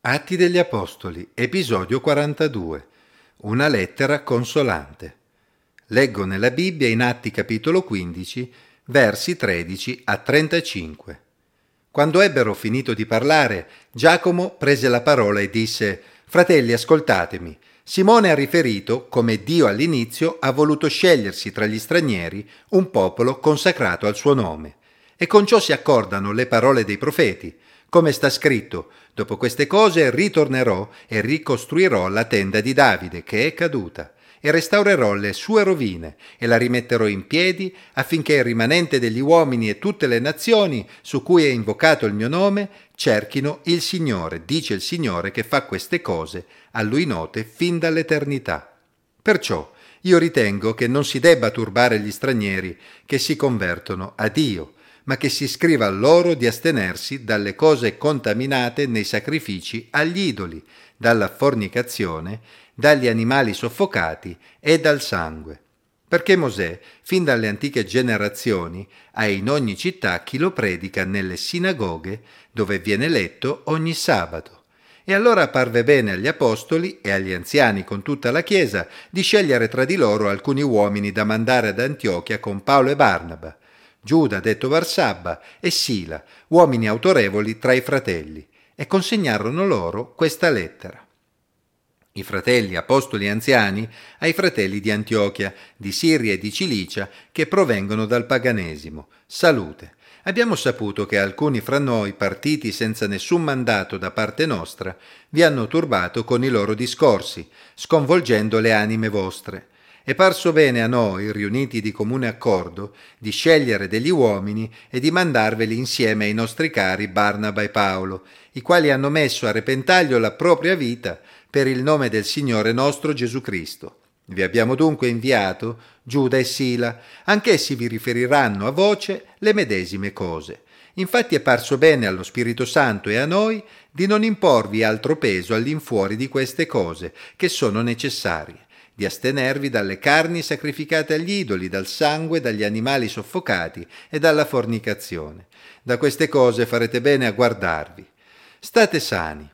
Atti degli Apostoli, episodio 42. Una lettera consolante. Leggo nella Bibbia in Atti capitolo 15, versi 13 a 35. Quando ebbero finito di parlare, Giacomo prese la parola e disse: «Fratelli, ascoltatemi. Simone ha riferito come Dio all'inizio ha voluto scegliersi tra gli stranieri un popolo consacrato al suo nome. E con ciò si accordano le parole dei profeti. Come sta scritto: dopo queste cose ritornerò e ricostruirò la tenda di Davide che è caduta e restaurerò le sue rovine e la rimetterò in piedi affinché il rimanente degli uomini e tutte le nazioni su cui è invocato il mio nome cerchino il Signore, dice il Signore che fa queste cose a Lui note fin dall'eternità. Perciò io ritengo che non si debba turbare gli stranieri che si convertono a Dio, ma che si scriva loro di astenersi dalle cose contaminate nei sacrifici agli idoli, dalla fornicazione, dagli animali soffocati e dal sangue. Perché Mosè, fin dalle antiche generazioni, ha in ogni città chi lo predica nelle sinagoghe, dove viene letto ogni sabato. E allora parve bene agli apostoli e agli anziani con tutta la Chiesa di scegliere tra di loro alcuni uomini da mandare ad Antiochia con Paolo e Barnaba, Giuda detto Barsabba e Sila, uomini autorevoli tra i fratelli, e consegnarono loro questa lettera. I fratelli apostoli anziani ai fratelli di Antiochia, di Siria e di Cilicia, che provengono dal paganesimo. Salute. Abbiamo saputo che alcuni fra noi, partiti senza nessun mandato da parte nostra, vi hanno turbato con i loro discorsi, sconvolgendo le anime vostre. È parso bene a noi, riuniti di comune accordo, di scegliere degli uomini e di mandarveli insieme ai nostri cari Barnaba e Paolo, i quali hanno messo a repentaglio la propria vita per il nome del Signore nostro Gesù Cristo. Vi abbiamo dunque inviato Giuda e Sila, anch'essi vi riferiranno a voce le medesime cose. Infatti è parso bene allo Spirito Santo e a noi di non imporvi altro peso all'infuori di queste cose, che sono necessarie, di astenervi dalle carni sacrificate agli idoli, dal sangue, dagli animali soffocati e dalla fornicazione. Da queste cose farete bene a guardarvi. State sani.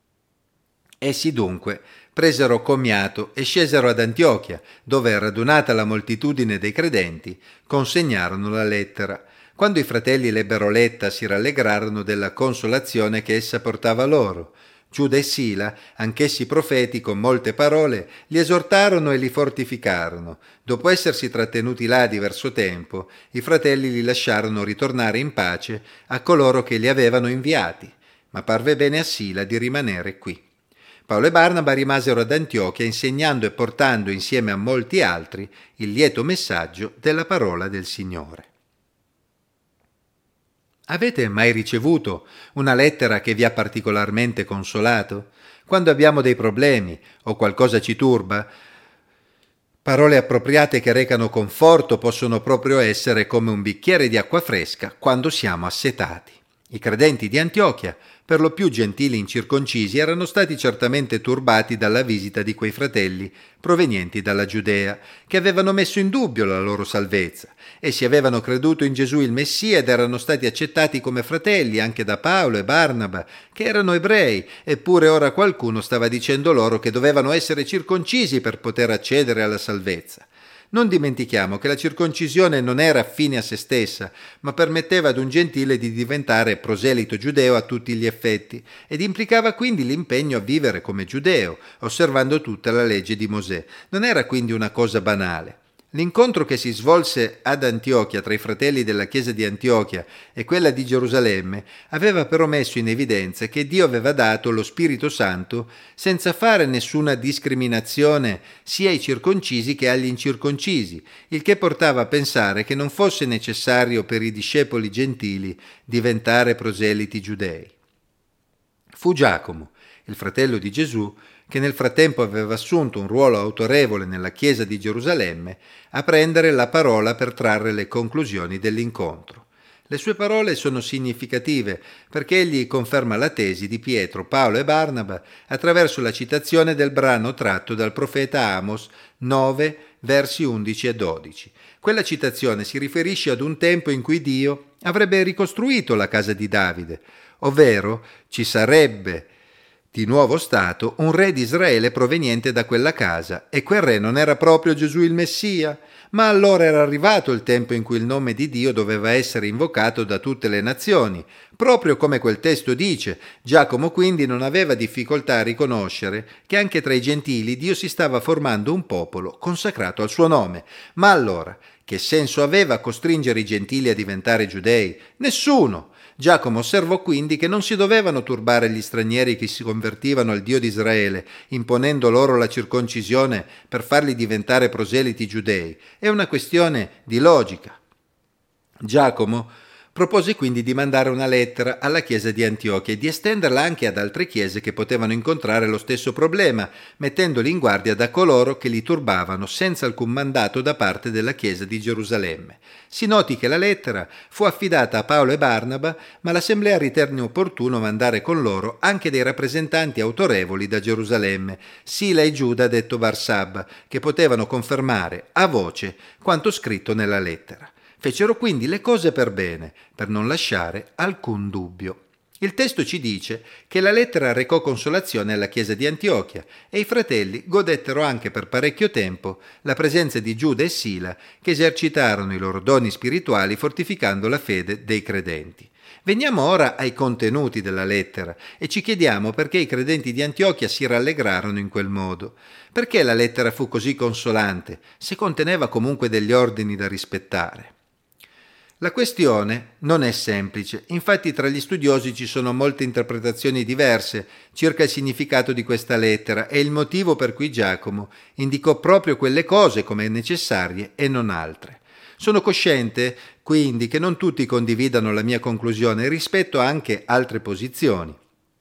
Essi dunque presero commiato e scesero ad Antiochia, dove, radunata la moltitudine dei credenti, consegnarono la lettera. Quando i fratelli l'ebbero letta, si rallegrarono della consolazione che essa portava loro. Giuda e Sila, anch'essi profeti con molte parole, li esortarono e li fortificarono. Dopo essersi trattenuti là diverso tempo, i fratelli li lasciarono ritornare in pace a coloro che li avevano inviati, ma parve bene a Sila di rimanere qui. Paolo e Barnaba rimasero ad Antiochia insegnando e portando insieme a molti altri il lieto messaggio della parola del Signore. Avete mai ricevuto una lettera che vi ha particolarmente consolato? Quando abbiamo dei problemi o qualcosa ci turba, parole appropriate che recano conforto possono proprio essere come un bicchiere di acqua fresca quando siamo assetati. I credenti di Antiochia, per lo più gentili incirconcisi, erano stati certamente turbati dalla visita di quei fratelli provenienti dalla Giudea, che avevano messo in dubbio la loro salvezza. Essi avevano creduto in Gesù il Messia ed erano stati accettati come fratelli anche da Paolo e Barnaba, che erano ebrei, eppure ora qualcuno stava dicendo loro che dovevano essere circoncisi per poter accedere alla salvezza. Non dimentichiamo che la circoncisione non era fine a se stessa, ma permetteva ad un gentile di diventare proselito giudeo a tutti gli effetti, ed implicava quindi l'impegno a vivere come giudeo, osservando tutta la legge di Mosè. Non era quindi una cosa banale. L'incontro che si svolse ad Antiochia tra i fratelli della chiesa di Antiochia e quella di Gerusalemme aveva però messo in evidenza che Dio aveva dato lo Spirito Santo senza fare nessuna discriminazione sia ai circoncisi che agli incirconcisi, il che portava a pensare che non fosse necessario per i discepoli gentili diventare proseliti giudei. Fu Giacomo, il fratello di Gesù, che nel frattempo aveva assunto un ruolo autorevole nella chiesa di Gerusalemme, a prendere la parola per trarre le conclusioni dell'incontro. Le sue parole sono significative perché egli conferma la tesi di Pietro, Paolo e Barnaba attraverso la citazione del brano tratto dal profeta Amos 9, versi 11 e 12. Quella citazione si riferisce ad un tempo in cui Dio avrebbe ricostruito la casa di Davide, ovvero ci sarebbe di nuovo stato un re di Israele proveniente da quella casa, e quel re non era proprio Gesù il Messia? Ma allora era arrivato il tempo in cui il nome di Dio doveva essere invocato da tutte le nazioni, proprio come quel testo dice. Giacomo quindi non aveva difficoltà a riconoscere che anche tra i gentili Dio si stava formando un popolo consacrato al suo nome. Ma allora, che senso aveva costringere i gentili a diventare giudei? Nessuno! Giacomo osservò quindi che non si dovevano turbare gli stranieri che si convertivano al Dio di Israele, imponendo loro la circoncisione per farli diventare proseliti giudei. È una questione di logica. Giacomo propose quindi di mandare una lettera alla chiesa di Antiochia e di estenderla anche ad altre chiese che potevano incontrare lo stesso problema, mettendoli in guardia da coloro che li turbavano senza alcun mandato da parte della chiesa di Gerusalemme. Si noti che la lettera fu affidata a Paolo e Barnaba, ma l'assemblea ritenne opportuno mandare con loro anche dei rappresentanti autorevoli da Gerusalemme, Sila e Giuda detto Barsabba, che potevano confermare a voce quanto scritto nella lettera. Fecero quindi le cose per bene, per non lasciare alcun dubbio. Il testo ci dice che la lettera recò consolazione alla chiesa di Antiochia e i fratelli godettero anche per parecchio tempo la presenza di Giuda e Sila, che esercitarono i loro doni spirituali fortificando la fede dei credenti. Veniamo ora ai contenuti della lettera e ci chiediamo perché i credenti di Antiochia si rallegrarono in quel modo. Perché la lettera fu così consolante, se conteneva comunque degli ordini da rispettare? La questione non è semplice, infatti tra gli studiosi ci sono molte interpretazioni diverse circa il significato di questa lettera e il motivo per cui Giacomo indicò proprio quelle cose come necessarie e non altre. Sono cosciente quindi che non tutti condividano la mia conclusione e rispetto anche altre posizioni,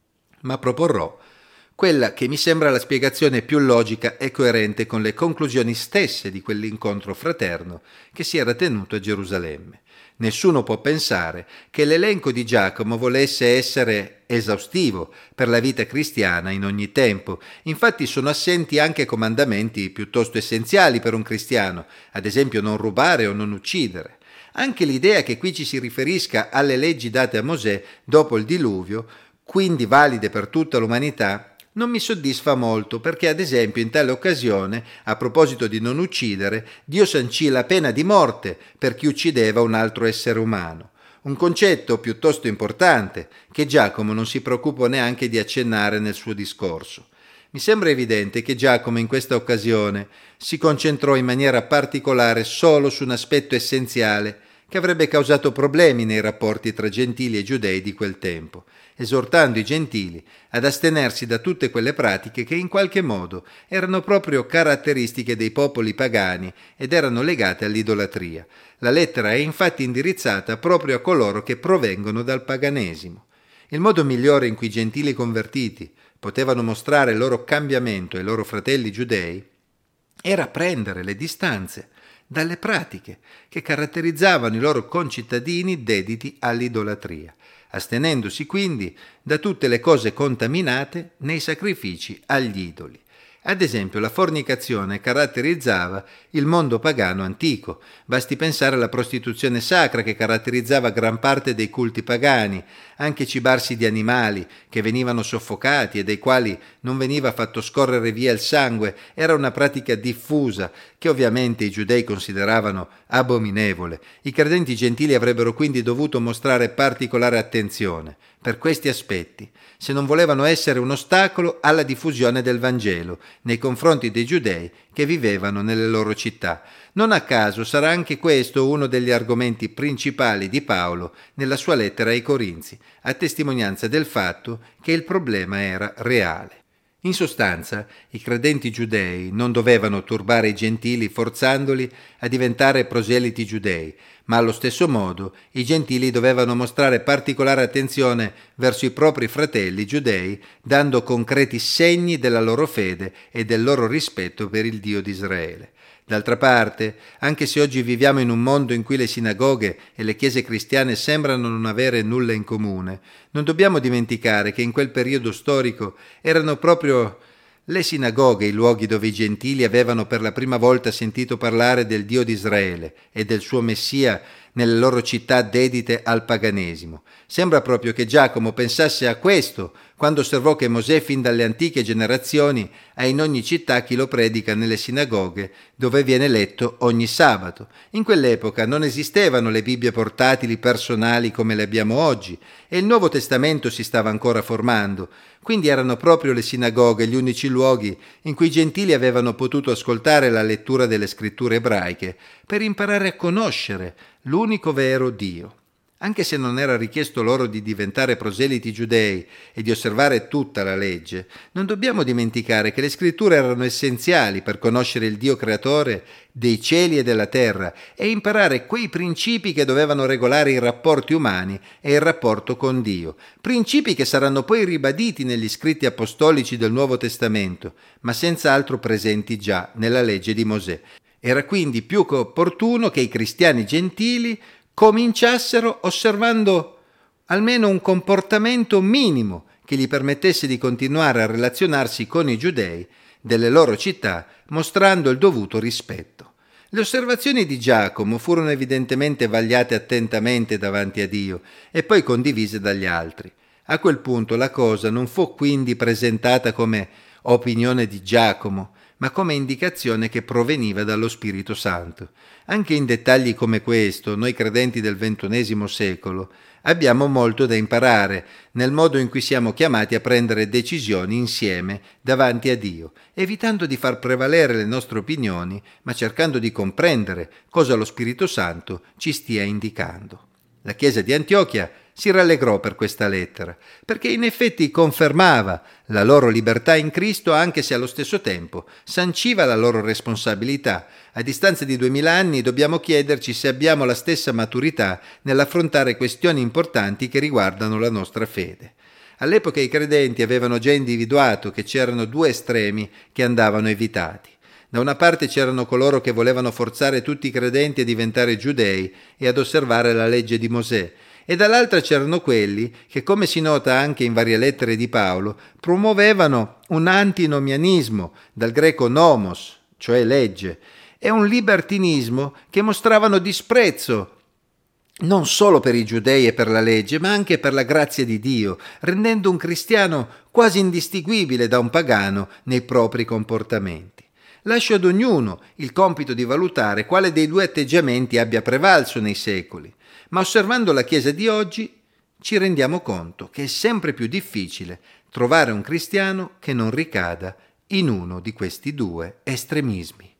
ma proporrò quella che mi sembra la spiegazione più logica e coerente con le conclusioni stesse di quell'incontro fraterno che si era tenuto a Gerusalemme. Nessuno può pensare che l'elenco di Giacomo volesse essere esaustivo per la vita cristiana in ogni tempo. Infatti sono assenti anche comandamenti piuttosto essenziali per un cristiano, ad esempio non rubare o non uccidere. Anche l'idea che qui ci si riferisca alle leggi date a Mosè dopo il diluvio, quindi valide per tutta l'umanità, non mi soddisfa molto perché, ad esempio, in tale occasione, a proposito di non uccidere, Dio sancì la pena di morte per chi uccideva un altro essere umano. Un concetto piuttosto importante che Giacomo non si preoccupò neanche di accennare nel suo discorso. Mi sembra evidente che Giacomo in questa occasione si concentrò in maniera particolare solo su un aspetto essenziale che avrebbe causato problemi nei rapporti tra gentili e giudei di quel tempo, esortando i gentili ad astenersi da tutte quelle pratiche che in qualche modo erano proprio caratteristiche dei popoli pagani ed erano legate all'idolatria. La lettera è infatti indirizzata proprio a coloro che provengono dal paganesimo. Il modo migliore in cui i gentili convertiti potevano mostrare il loro cambiamento ai loro fratelli giudei era prendere le distanze dalle pratiche che caratterizzavano i loro concittadini dediti all'idolatria, astenendosi quindi da tutte le cose contaminate nei sacrifici agli idoli. Ad esempio, la fornicazione caratterizzava il mondo pagano antico. Basti pensare alla prostituzione sacra che caratterizzava gran parte dei culti pagani, anche cibarsi di animali che venivano soffocati e dei quali non veniva fatto scorrere via il sangue era una pratica diffusa che ovviamente i giudei consideravano abominevole. I credenti gentili avrebbero quindi dovuto mostrare particolare attenzione per questi aspetti, se non volevano essere un ostacolo alla diffusione del Vangelo nei confronti dei giudei che vivevano nelle loro città. Non a caso sarà anche questo uno degli argomenti principali di Paolo nella sua lettera ai Corinzi, a testimonianza del fatto che il problema era reale. In sostanza, i credenti giudei non dovevano turbare i gentili forzandoli a diventare proseliti giudei, ma allo stesso modo i gentili dovevano mostrare particolare attenzione verso i propri fratelli giudei, dando concreti segni della loro fede e del loro rispetto per il Dio di Israele. D'altra parte, anche se oggi viviamo in un mondo in cui le sinagoghe e le chiese cristiane sembrano non avere nulla in comune, non dobbiamo dimenticare che in quel periodo storico erano proprio le sinagoghe i luoghi dove i gentili avevano per la prima volta sentito parlare del Dio di Israele e del suo Messia nelle loro città dedite al paganesimo. Sembra proprio che Giacomo pensasse a questo quando osservò che Mosè fin dalle antiche generazioni ha in ogni città chi lo predica nelle sinagoghe, dove viene letto ogni sabato. In quell'epoca non esistevano le Bibbie portatili personali come le abbiamo oggi e il Nuovo Testamento si stava ancora formando, quindi erano proprio le sinagoghe gli unici luoghi in cui i gentili avevano potuto ascoltare la lettura delle scritture ebraiche per imparare a conoscere l'unico vero Dio. Anche se non era richiesto loro di diventare proseliti giudei e di osservare tutta la legge, non dobbiamo dimenticare che le scritture erano essenziali per conoscere il Dio creatore dei cieli e della terra e imparare quei principi che dovevano regolare i rapporti umani e il rapporto con Dio. Principi che saranno poi ribaditi negli scritti apostolici del Nuovo Testamento, ma senz'altro presenti già nella legge di Mosè. Era quindi più che opportuno che i cristiani gentili cominciassero osservando almeno un comportamento minimo che gli permettesse di continuare a relazionarsi con i giudei delle loro città, mostrando il dovuto rispetto. Le osservazioni di Giacomo furono evidentemente vagliate attentamente davanti a Dio e poi condivise dagli altri. A quel punto la cosa non fu quindi presentata come opinione di Giacomo, ma come indicazione che proveniva dallo Spirito Santo. Anche in dettagli come questo, noi credenti del XXI secolo abbiamo molto da imparare nel modo in cui siamo chiamati a prendere decisioni insieme davanti a Dio, evitando di far prevalere le nostre opinioni, ma cercando di comprendere cosa lo Spirito Santo ci stia indicando. La Chiesa di Antiochia si rallegrò per questa lettera, perché in effetti confermava la loro libertà in Cristo, anche se allo stesso tempo sanciva la loro responsabilità. A distanza di 2000 anni dobbiamo chiederci se abbiamo la stessa maturità nell'affrontare questioni importanti che riguardano la nostra fede. All'epoca i credenti avevano già individuato che c'erano due estremi che andavano evitati. Da una parte c'erano coloro che volevano forzare tutti i credenti a diventare giudei e ad osservare la legge di Mosè, e dall'altra c'erano quelli che, come si nota anche in varie lettere di Paolo, promuovevano un antinomianismo, dal greco nomos, cioè legge, e un libertinismo che mostravano disprezzo non solo per i giudei e per la legge, ma anche per la grazia di Dio, rendendo un cristiano quasi indistinguibile da un pagano nei propri comportamenti. Lascio ad ognuno il compito di valutare quale dei due atteggiamenti abbia prevalso nei secoli, ma osservando la Chiesa di oggi ci rendiamo conto che è sempre più difficile trovare un cristiano che non ricada in uno di questi due estremismi.